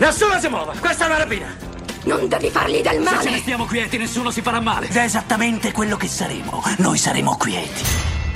Nessuno si muova, questa è una rapina. Non devi fargli del male. Se ce ne stiamo quieti, nessuno si farà male. Ed è esattamente quello che saremo. Noi saremo quieti.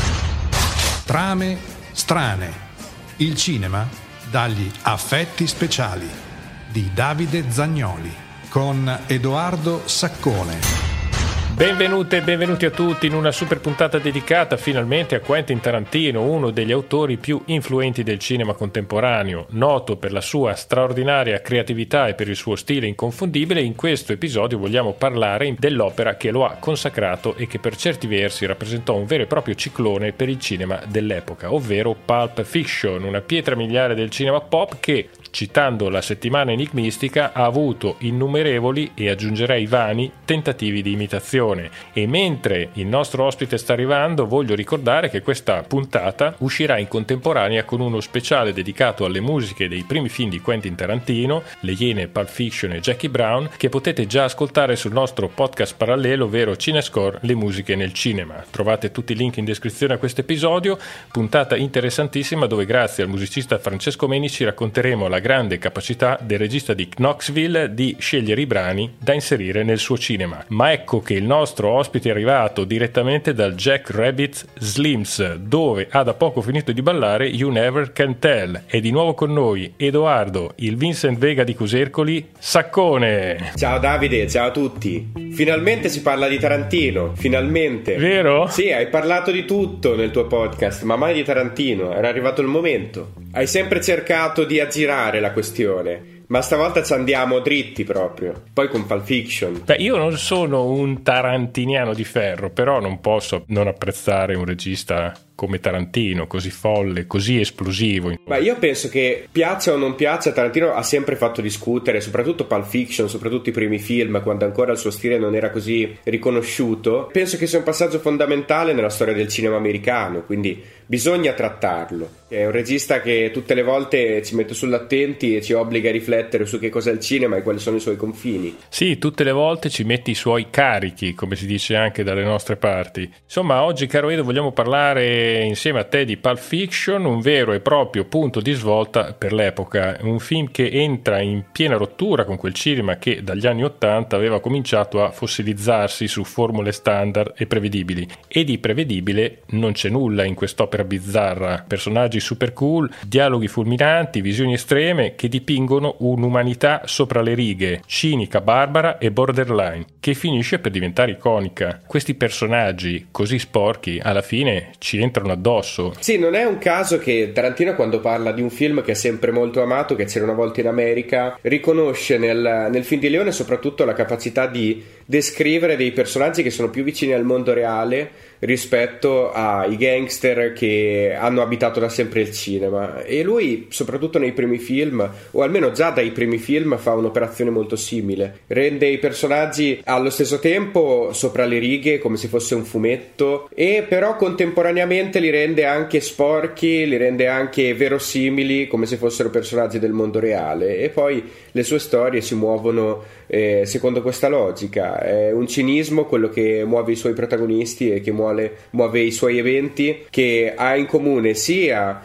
Trame strane. Il cinema dagli affetti speciali di Davide Zagnoli con Edoardo Saccone. Benvenute e benvenuti a tutti in una super puntata dedicata finalmente a Quentin Tarantino, uno degli autori più influenti del cinema contemporaneo, noto per la sua straordinaria creatività e per il suo stile inconfondibile. In questo episodio vogliamo parlare dell'opera che lo ha consacrato e che per certi versi rappresentò un vero e proprio ciclone per il cinema dell'epoca, ovvero Pulp Fiction, una pietra miliare del cinema pop che, citando la settimana enigmistica, ha avuto innumerevoli e aggiungerei vani tentativi di imitazione. E mentre il nostro ospite sta arrivando, voglio ricordare che questa puntata uscirà in contemporanea con uno speciale dedicato alle musiche dei primi film di Quentin Tarantino, Le Iene, Pulp Fiction e Jackie Brown, che potete già ascoltare sul nostro podcast parallelo, ovvero Cinescore, le musiche nel cinema. Trovate tutti i link in descrizione a questo episodio, puntata interessantissima dove grazie al musicista Francesco Menici racconteremo la grande capacità del regista di Knoxville di scegliere i brani da inserire nel suo cinema. Ma ecco che il nostro ospite è arrivato direttamente dal Jack Rabbit Slims, dove ha da poco finito di ballare You Never Can Tell. È di nuovo con noi Edoardo, il Vincent Vega di Cosercoli, Saccone. Ciao Davide, ciao a tutti. Finalmente si parla di Tarantino, finalmente. Vero? Sì, hai parlato di tutto nel tuo podcast, ma mai di Tarantino. Era arrivato il momento. Hai sempre cercato di aggirare la questione, ma stavolta ci andiamo dritti proprio. Poi con Pulp Fiction. Beh, io non sono un tarantiniano di ferro, però non posso non apprezzare un regista come Tarantino, così folle, così esplosivo. Beh, io penso che piaccia o non piaccia, Tarantino ha sempre fatto discutere, soprattutto Pulp Fiction, soprattutto i primi film, quando ancora il suo stile non era così riconosciuto. Penso che sia un passaggio fondamentale nella storia del cinema americano, quindi bisogna trattarlo. È un regista che tutte le volte ci mette sull'attenti e ci obbliga a riflettere su che cos'è il cinema e quali sono i suoi confini. Sì, tutte le volte ci metti i suoi carichi, come si dice anche dalle nostre parti. Insomma, oggi, caro Edo, vogliamo parlare insieme a te di Pulp Fiction, un vero e proprio punto di svolta per l'epoca, un film che entra in piena rottura con quel cinema che dagli anni '80 aveva cominciato a fossilizzarsi su formule standard e prevedibili, e di prevedibile non c'è nulla in quest'opera bizzarra. Personaggi super cool, dialoghi fulminanti, visioni estreme che dipingono un'umanità sopra le righe, cinica, barbara e borderline, che finisce per diventare iconica. Questi personaggi così sporchi alla fine ci entrano addosso. Sì, non è un caso che Tarantino, quando parla di un film che è sempre molto amato, che c'era una volta in America, riconosce nel film di Leone soprattutto la capacità di descrivere dei personaggi che sono più vicini al mondo reale rispetto ai gangster che hanno abitato da sempre il cinema. E lui, soprattutto nei primi film, o almeno già dai primi film, fa un'operazione molto simile. Rende i personaggi allo stesso tempo sopra le righe, come se fosse un fumetto, e però contemporaneamente li rende anche sporchi, li rende anche verosimili, come se fossero personaggi del mondo reale. E poi le sue storie si muovono secondo questa logica. È un cinismo quello che muove i suoi protagonisti e che muove i suoi eventi, che ha in comune sia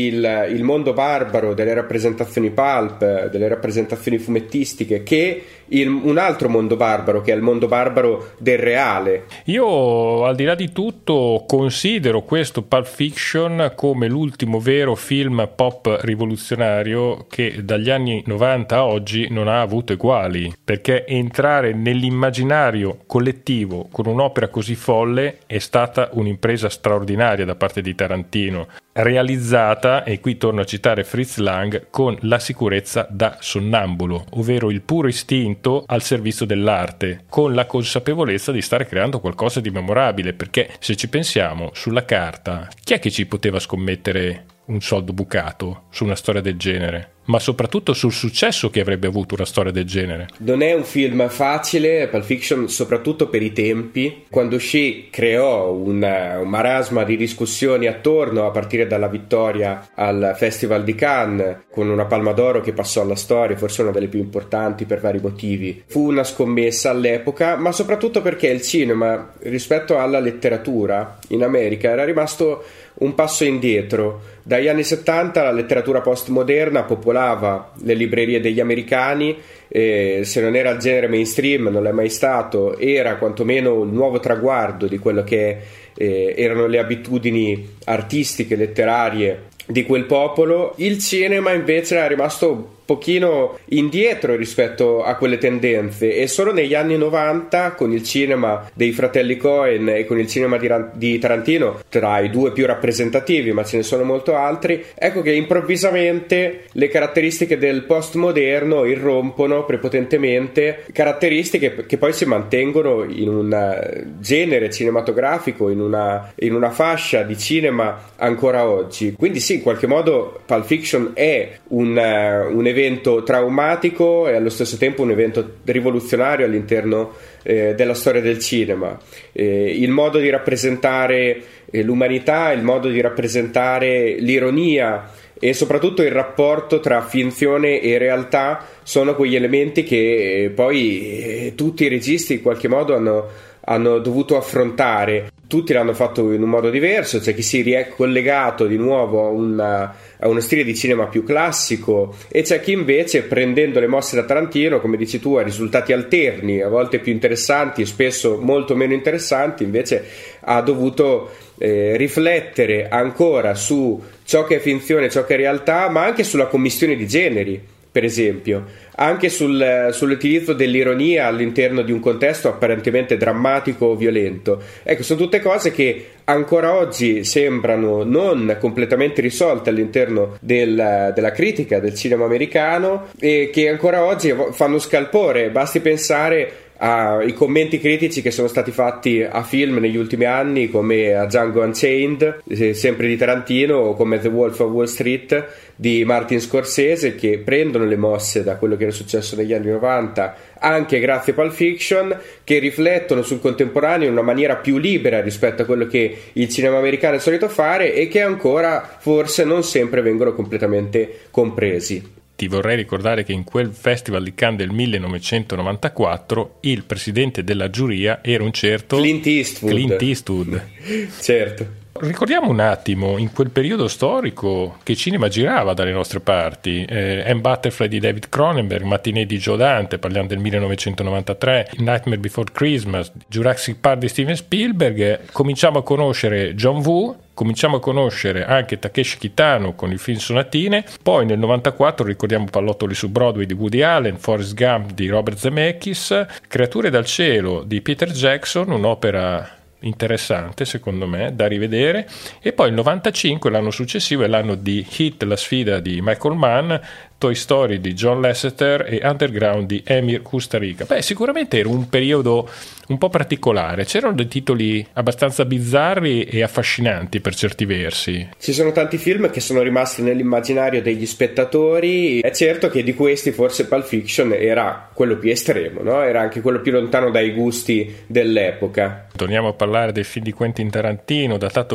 il mondo barbaro delle rappresentazioni pulp, delle rappresentazioni fumettistiche, che un altro mondo barbaro, che è il mondo barbaro del reale. Io, al di là di tutto, considero questo Pulp Fiction come l'ultimo vero film pop rivoluzionario che dagli anni 90 a oggi non ha avuto eguali, perché entrare nell'immaginario collettivo con un'opera così folle è stata un'impresa straordinaria da parte di Tarantino, realizzata, e qui torno a citare Fritz Lang, con la sicurezza da sonnambulo, ovvero il puro istinto al servizio dell'arte, con la consapevolezza di stare creando qualcosa di memorabile, perché se ci pensiamo, sulla carta, chi è che ci poteva scommettere un soldo bucato su una storia del genere? Ma soprattutto sul successo che avrebbe avuto una storia del genere. Non è un film facile, Pulp Fiction, soprattutto per i tempi. Quando uscì creò un marasma di discussioni attorno, a partire dalla vittoria al Festival di Cannes, con una Palma d'Oro che passò alla storia, forse una delle più importanti per vari motivi. Fu una scommessa all'epoca, ma soprattutto perché il cinema, rispetto alla letteratura, in America era rimasto un passo indietro. Dagli anni 70 la letteratura postmoderna, popolare spopolava le librerie degli americani. Se non era il genere mainstream, non l'è mai stato, era quantomeno il nuovo traguardo di quello che erano le abitudini artistiche, letterarie di quel popolo. Il cinema invece era rimasto un pochino indietro rispetto a quelle tendenze, e solo negli anni 90, con il cinema dei fratelli Coen e con il cinema di Tarantino, tra i due più rappresentativi, ma ce ne sono molto altri, ecco che improvvisamente le caratteristiche del postmoderno irrompono prepotentemente, caratteristiche che poi si mantengono in un genere cinematografico, in una fascia di cinema ancora oggi. Quindi sì, in qualche modo Pulp Fiction è un evento traumatico e allo stesso tempo un evento rivoluzionario all'interno della storia del cinema. Il modo di rappresentare l'umanità, il modo di rappresentare l'ironia e soprattutto il rapporto tra finzione e realtà sono quegli elementi che poi tutti i registi in qualche modo hanno dovuto affrontare. Tutti l'hanno fatto in un modo diverso, c'è chi si è collegato di nuovo a uno stile di cinema più classico, e c'è chi invece, prendendo le mosse da Tarantino, come dici tu, ha risultati alterni, a volte più interessanti, spesso molto meno interessanti, invece ha dovuto riflettere ancora su ciò che è finzione, ciò che è realtà, ma anche sulla commistione di generi, per esempio, anche sull'utilizzo dell'ironia all'interno di un contesto apparentemente drammatico o violento. Ecco, sono tutte cose che ancora oggi sembrano non completamente risolte all'interno della critica del cinema americano, e che ancora oggi fanno scalpore. Basti pensare ai commenti critici che sono stati fatti a film negli ultimi anni, come a Django Unchained, sempre di Tarantino, o come The Wolf of Wall Street di Martin Scorsese, che prendono le mosse da quello che era successo negli anni 90, anche grazie a Pulp Fiction, che riflettono sul contemporaneo in una maniera più libera rispetto a quello che il cinema americano è solito fare, e che ancora forse non sempre vengono completamente compresi. Ti vorrei ricordare che in quel Festival di Cannes del 1994 il presidente della giuria era un certo Clint Eastwood. Certo. Ricordiamo un attimo, in quel periodo storico, che cinema girava dalle nostre parti. M. Butterfly di David Cronenberg, Matinee di Joe Dante, parliamo del 1993, Nightmare Before Christmas, Jurassic Park di Steven Spielberg. Cominciamo a conoscere John Woo, cominciamo a conoscere anche Takeshi Kitano con il film Sonatine. Poi nel 94 ricordiamo Pallottoli su Broadway di Woody Allen, Forrest Gump di Robert Zemeckis, Creature dal cielo di Peter Jackson, un'opera interessante secondo me da rivedere. E poi il 95, l'anno successivo, è l'anno di Hit, la sfida di Michael Mann, Toy Story di John Lasseter e Underground di Emir Kusturica. Sicuramente era un periodo un po' particolare, c'erano dei titoli abbastanza bizzarri e affascinanti per certi versi. Ci sono tanti film che sono rimasti nell'immaginario degli spettatori. È certo che di questi forse Pulp Fiction era quello più estremo, no? Era anche quello più lontano dai gusti dell'epoca. Torniamo a parlare del film di Quentin Tarantino, datato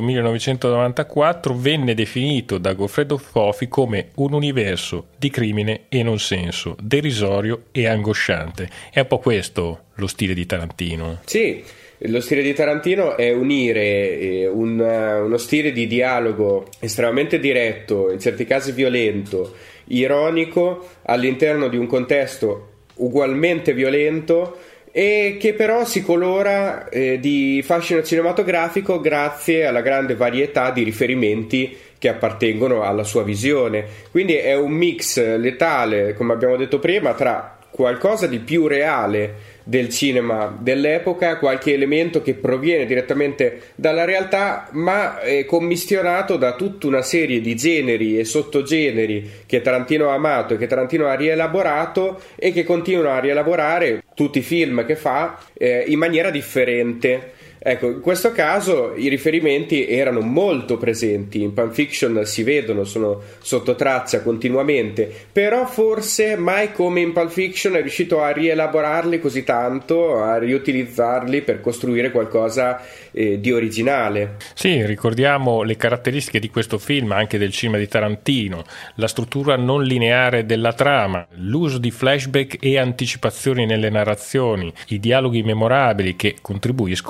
1994, venne definito da Goffredo Fofi come un universo di crimine e non senso, derisorio e angosciante. È un po' questo lo stile di Tarantino. Sì, lo stile di Tarantino è unire uno stile di dialogo estremamente diretto, in certi casi violento, ironico, all'interno di un contesto ugualmente violento, e che però si colora di fascino cinematografico grazie alla grande varietà di riferimenti che appartengono alla sua visione. Quindi è un mix letale, come abbiamo detto prima, tra qualcosa di più reale del cinema dell'epoca, qualche elemento che proviene direttamente dalla realtà, ma è commissionato da tutta una serie di generi e sottogeneri che Tarantino ha amato e che Tarantino ha rielaborato e che continua a rielaborare tutti i film che fa in maniera differente. Ecco, in questo caso i riferimenti erano molto presenti, in Pulp Fiction si vedono, sono sotto traccia continuamente, però forse mai come in Pulp Fiction è riuscito a rielaborarli così tanto, a riutilizzarli per costruire qualcosa di originale. Sì, ricordiamo le caratteristiche di questo film, anche del cinema di Tarantino, la struttura non lineare della trama, l'uso di flashback e anticipazioni nelle narrazioni, i dialoghi memorabili che contribuiscono al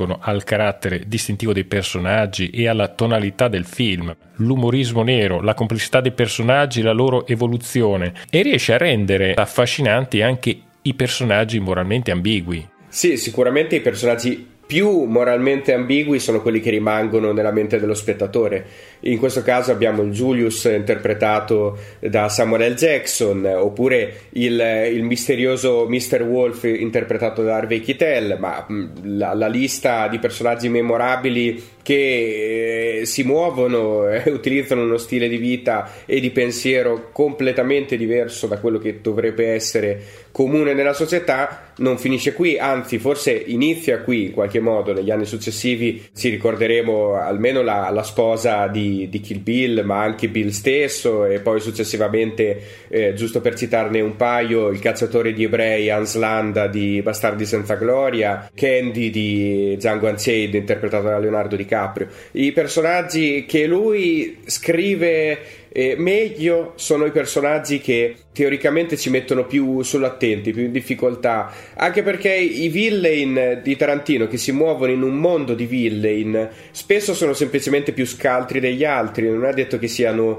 carattere distintivo dei personaggi e alla tonalità del film, l'umorismo nero, la complessità dei personaggi, la loro evoluzione, e riesce a rendere affascinanti anche i personaggi moralmente ambigui. Sì, sicuramente i personaggi più moralmente ambigui sono quelli che rimangono nella mente dello spettatore. In questo caso abbiamo il Julius interpretato da Samuel L. Jackson, oppure il misterioso Mr. Wolf interpretato da Harvey Keitel, ma la lista di personaggi memorabili che si muovono e utilizzano uno stile di vita e di pensiero completamente diverso da quello che dovrebbe essere comune nella società non finisce qui, anzi forse inizia qui in qualche modo. Negli anni successivi ci ricorderemo almeno la sposa di Kill Bill, ma anche Bill stesso, e poi successivamente, giusto per citarne un paio, il cacciatore di ebrei Hans Landa di Bastardi senza gloria, Candy di Django Unchained interpretato da Leonardo DiCaprio. I personaggi che lui scrive meglio sono i personaggi che teoricamente ci mettono più sull'attenti, più in difficoltà, anche perché i villain di Tarantino, che si muovono in un mondo di villain, spesso sono semplicemente più scaltri degli altri. Non è detto che siano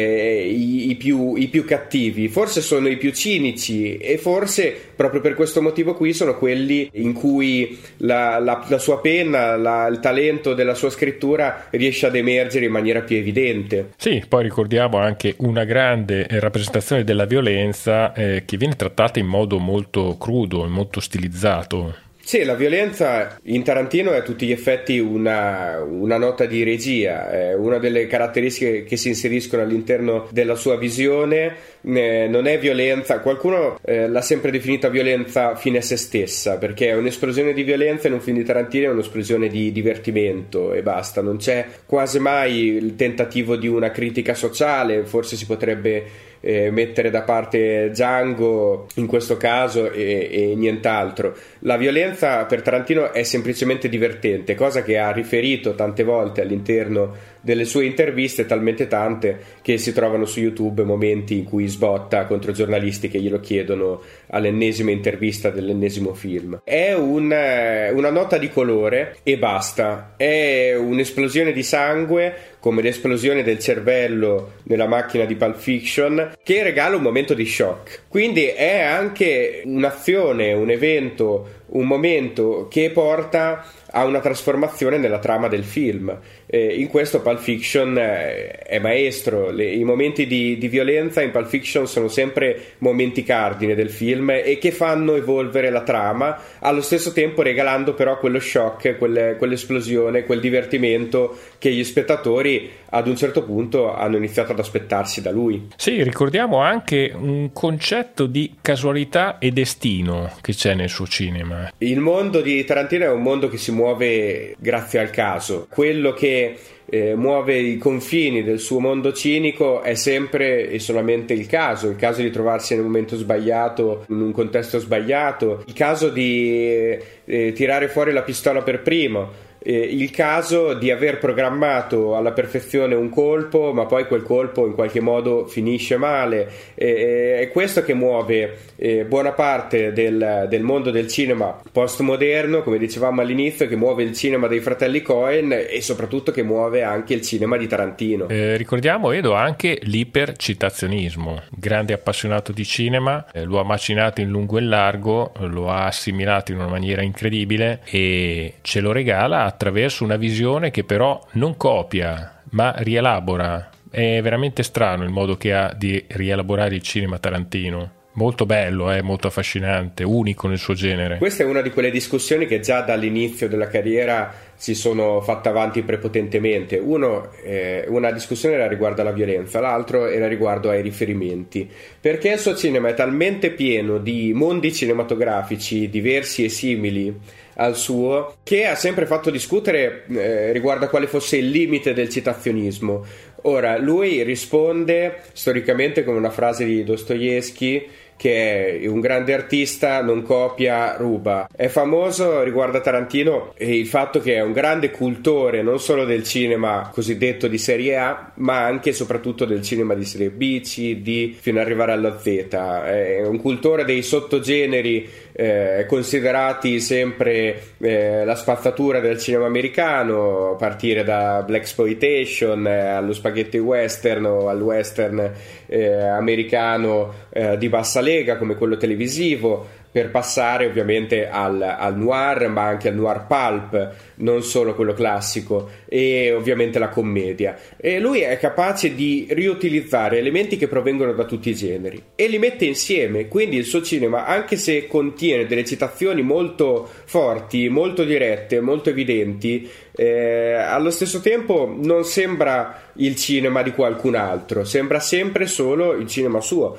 i più cattivi, forse sono i più cinici, e forse proprio per questo motivo qui sono quelli in cui la sua penna, il talento della sua scrittura riesce ad emergere in maniera più evidente. Sì, poi ricordiamo anche una grande rappresentazione della violenza che viene trattata in modo molto crudo e molto stilizzato. Sì, la violenza in Tarantino è a tutti gli effetti una nota di regia, è una delle caratteristiche che si inseriscono all'interno della sua visione. Non è violenza, qualcuno l'ha sempre definita violenza fine a se stessa, perché è un'esplosione di violenza in un film di Tarantino, è un'esplosione di divertimento e basta, non c'è quasi mai il tentativo di una critica sociale. Forse si potrebbe mettere da parte Django in questo caso e nient'altro. La violenza per Tarantino è semplicemente divertente, cosa che ha riferito tante volte all'interno delle sue interviste, talmente tante che si trovano su YouTube momenti in cui sbotta contro giornalisti che glielo chiedono all'ennesima intervista dell'ennesimo film. È una nota di colore e basta, è un'esplosione di sangue come l'esplosione del cervello nella macchina di Pulp Fiction, che regala un momento di shock. Quindi è anche un'azione, un evento, un momento che porta a una trasformazione nella trama del film. In questo Pulp Fiction è maestro. I momenti di violenza in Pulp Fiction sono sempre momenti cardine del film e che fanno evolvere la trama, allo stesso tempo regalando però quello shock, quell'esplosione, quel divertimento che gli spettatori ad un certo punto hanno iniziato ad aspettarsi da lui. Sì, ricordiamo anche un concetto di casualità e destino che c'è nel suo cinema. Il mondo di Tarantino è un mondo che si muove grazie al caso. Quello che muove i confini del suo mondo cinico è sempre e solamente il caso di trovarsi nel momento sbagliato, in un contesto sbagliato, il caso di tirare fuori la pistola per primo, il caso di aver programmato alla perfezione un colpo, ma poi quel colpo in qualche modo finisce male. È questo che muove buona parte del mondo del cinema postmoderno, come dicevamo all'inizio, che muove il cinema dei fratelli Coen e soprattutto che muove anche il cinema di Tarantino. Ricordiamo, Edo, anche l'ipercitazionismo. Grande appassionato di cinema, lo ha macinato in lungo e largo, lo ha assimilato in una maniera incredibile e ce lo regala attraverso una visione che però non copia ma rielabora. È veramente strano il modo che ha di rielaborare il cinema Tarantino. Molto bello, molto affascinante, unico nel suo genere. Questa è una di quelle discussioni che già dall'inizio della carriera si sono fatte avanti prepotentemente. Una discussione era riguardo alla violenza, l'altro era riguardo ai riferimenti, perché il suo cinema è talmente pieno di mondi cinematografici diversi e simili al suo, che ha sempre fatto discutere riguardo a quale fosse il limite del citazionismo. Ora, lui risponde storicamente con una frase di Dostoevskij che è un grande artista, non copia, ruba. È famoso riguardo a Tarantino il fatto che è un grande cultore non solo del cinema cosiddetto di serie A, ma anche e soprattutto del cinema di serie B, C, D, fino ad arrivare alla Z. È un cultore dei sottogeneri considerati sempre la spazzatura del cinema americano, a partire da blaxploitation allo spaghetti western o al western americano di bassa lega come quello televisivo, per passare ovviamente al noir, ma anche al noir pulp, non solo quello classico, e ovviamente la commedia. E lui è capace di riutilizzare elementi che provengono da tutti i generi e li mette insieme, quindi il suo cinema, anche se contiene delle citazioni molto forti, molto dirette, molto evidenti, allo stesso tempo non sembra il cinema di qualcun altro, sembra sempre solo il cinema suo.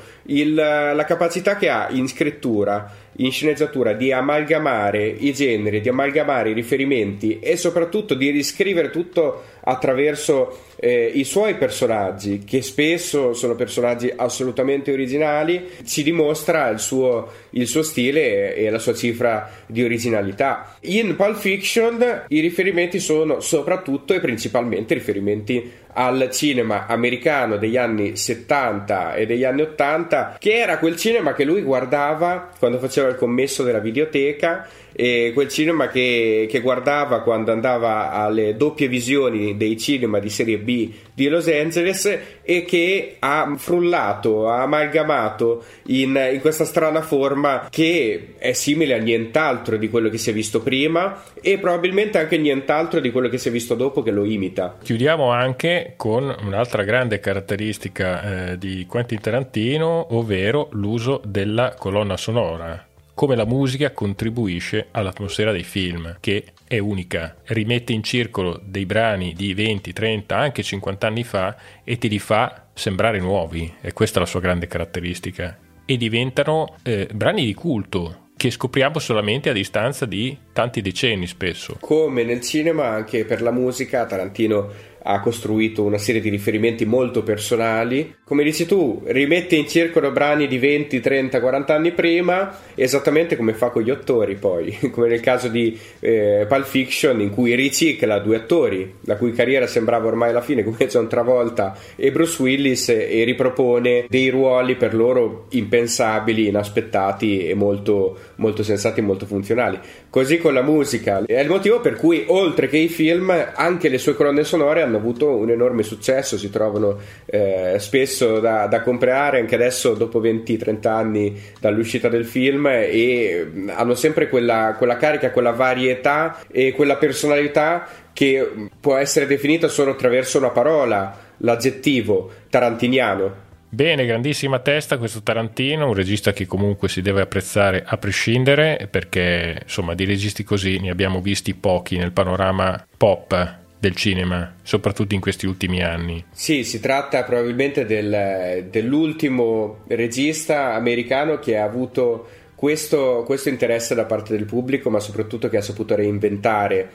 La capacità che ha in scrittura, in sceneggiatura, di amalgamare i generi, di amalgamare i riferimenti e soprattutto di riscrivere tutto attraverso i suoi personaggi, che spesso sono personaggi assolutamente originali, ci dimostra il suo stile e la sua cifra di originalità. In Pulp Fiction i riferimenti sono soprattutto e principalmente riferimenti al cinema americano degli anni 70 e degli anni 80, che era quel cinema che lui guardava quando faceva il commesso della videoteca, e quel cinema che guardava quando andava alle doppie visioni dei cinema di serie B di Los Angeles, e che ha frullato, ha amalgamato in questa strana forma che è simile a nient'altro di quello che si è visto prima e probabilmente anche nient'altro di quello che si è visto dopo, che lo imita. Chiudiamo anche con un'altra grande caratteristica di Quentin Tarantino, ovvero l'uso della colonna sonora. Come la musica contribuisce all'atmosfera dei film, che è unica, rimette in circolo dei brani di 20, 30, anche 50 anni fa e ti li fa sembrare nuovi, e questa è la sua grande caratteristica, e diventano brani di culto che scopriamo solamente a distanza di tanti decenni spesso. Come nel cinema, anche per la musica Tarantino ha costruito una serie di riferimenti molto personali. Come dici tu, rimette in circolo brani di 20, 30, 40 anni prima, esattamente come fa con gli attori poi, come nel caso di Pulp Fiction, in cui ricicla due attori la cui carriera sembrava ormai alla fine, come John Travolta e Bruce Willis, e ripropone dei ruoli per loro impensabili, inaspettati e molto, molto sensati e molto funzionali. Così con la musica. È il motivo per cui, oltre che i film, anche le sue colonne sonore hanno avuto un enorme successo, si trovano spesso da comprare anche adesso dopo 20-30 anni dall'uscita del film, e hanno sempre quella carica, quella varietà e quella personalità che può essere definita solo attraverso una parola, l'aggettivo tarantiniano. Bene, grandissima testa questo Tarantino, un regista che comunque si deve apprezzare a prescindere, perché insomma di registi così ne abbiamo visti pochi nel panorama pop del cinema, soprattutto in questi ultimi anni. Sì, si tratta probabilmente dell'ultimo regista americano che ha avuto questo interesse da parte del pubblico, ma soprattutto che ha saputo reinventare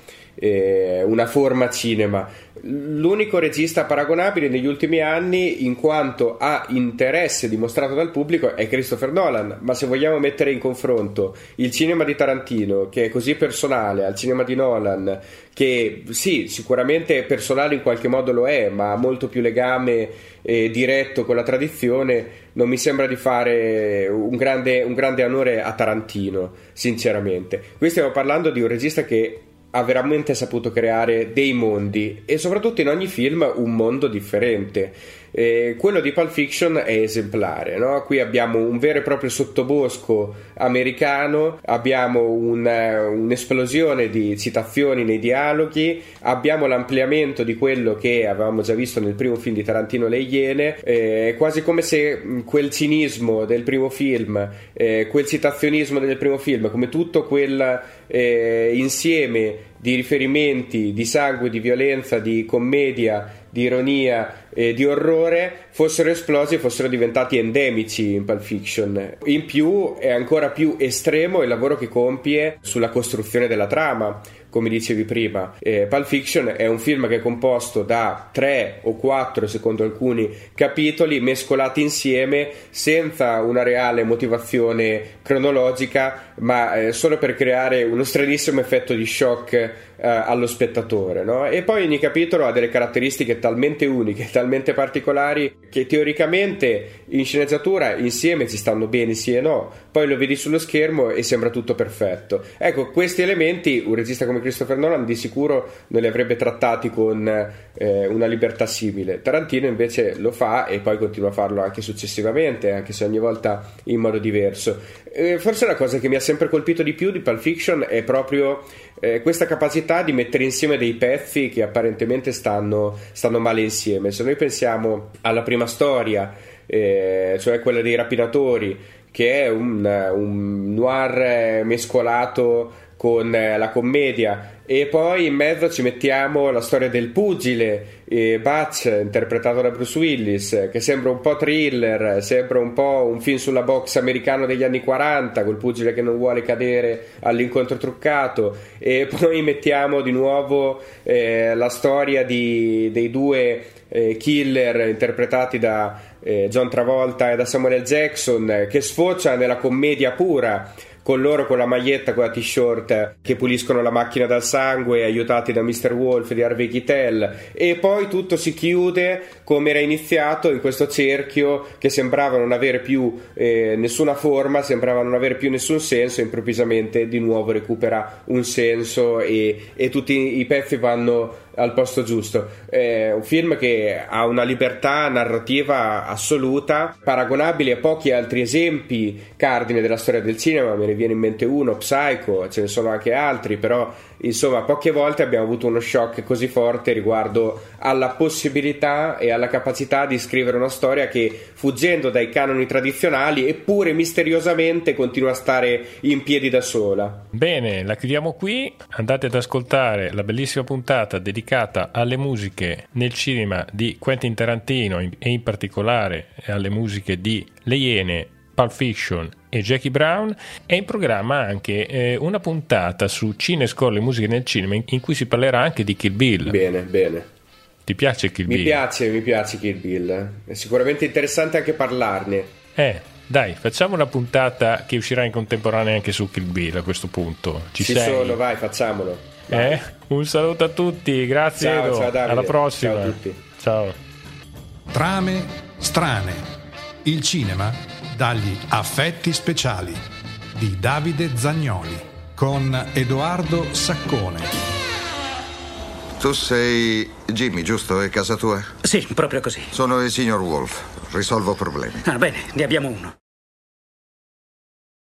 una forma cinema. L'unico regista paragonabile negli ultimi anni in quanto a interesse dimostrato dal pubblico è Christopher Nolan, ma se vogliamo mettere in confronto il cinema di Tarantino, che è così personale, al cinema di Nolan, che sì, sicuramente personale in qualche modo lo è, ma ha molto più legame diretto con la tradizione, non mi sembra di fare un grande onore a Tarantino, sinceramente. Qui stiamo parlando di un regista che ha veramente saputo creare dei mondi, e soprattutto in ogni film un mondo differente. Quello di Pulp Fiction è esemplare, no? Qui abbiamo un vero e proprio sottobosco americano, abbiamo un'esplosione di citazioni nei dialoghi, abbiamo l'ampliamento di quello che avevamo già visto nel primo film di Tarantino, Le Iene, quasi come se quel cinismo del primo film, quel citazionismo del primo film, come tutto quel insieme di riferimenti, di sangue, di violenza, di commedia, di ironia, di orrore fossero esplosi e fossero diventati endemici in Pulp Fiction. In più è ancora più estremo il lavoro che compie sulla costruzione della trama. Come dicevi prima, Pulp Fiction è un film che è composto da 3 o 4, secondo alcuni, capitoli mescolati insieme senza una reale motivazione cronologica, ma solo per creare uno stranissimo effetto di shock allo spettatore, no? E poi ogni capitolo ha delle caratteristiche talmente uniche, talmente particolari, che teoricamente in sceneggiatura insieme ci stanno bene sì e no, poi lo vedi sullo schermo e sembra tutto perfetto. Ecco, questi elementi un regista come Christopher Nolan di sicuro non li avrebbe trattati con una libertà simile. Tarantino invece lo fa e poi continua a farlo anche successivamente, anche se ogni volta in modo diverso. Forse la cosa che mi ha sempre colpito di più di Pulp Fiction è proprio questa capacità di mettere insieme dei pezzi che apparentemente stanno male insieme. Se noi pensiamo alla prima storia, cioè quella dei rapinatori, che è un noir mescolato con la commedia, e poi in mezzo ci mettiamo la storia del pugile, Butch, interpretato da Bruce Willis, che sembra un po' thriller, sembra un po' un film sulla box americano degli anni 40, col pugile che non vuole cadere all'incontro truccato, e poi mettiamo di nuovo la storia dei due killer interpretati da John Travolta e da Samuel L. Jackson, che sfocia nella commedia pura, con loro con la maglietta, con la t-shirt, che puliscono la macchina dal sangue, aiutati da Mr. Wolf di Harvey Keitel, e poi tutto si chiude come era iniziato, in questo cerchio che sembrava non avere più nessuna forma, sembrava non avere più nessun senso, e improvvisamente di nuovo recupera un senso e tutti i pezzi vanno al posto giusto. È un film che ha una libertà narrativa assoluta, paragonabile a pochi altri esempi cardine della storia del cinema. Me ne viene in mente uno, Psycho, ce ne sono anche altri, però insomma poche volte abbiamo avuto uno shock così forte riguardo alla possibilità e alla capacità di scrivere una storia che, fuggendo dai canoni tradizionali, eppure misteriosamente continua a stare in piedi da sola. Bene, la chiudiamo qui. Andate ad ascoltare la bellissima puntata dedicata alle musiche nel cinema di Quentin Tarantino e in particolare alle musiche di Le Iene, Pulp Fiction e Jackie Brown. È in programma anche una puntata su Cinescore, le musiche nel cinema, in cui si parlerà anche di Kill Bill. Bene. Ti piace Kill Bill? Mi piace Kill Bill. È sicuramente interessante anche parlarne. Dai, facciamo una puntata che uscirà in contemporanea anche su Kill Bill a questo punto. Ci sei? Vai, facciamolo. Un saluto a tutti, grazie. Ciao Davide. Alla prossima. Ciao a tutti. Ciao. Trame strane. Il cinema dagli affetti speciali di Davide Zagnoli con Edoardo Saccone. Tu sei Jimmy, giusto? È casa tua? Sì, proprio così. Sono il signor Wolf. Risolvo problemi. Ah, bene, ne abbiamo uno.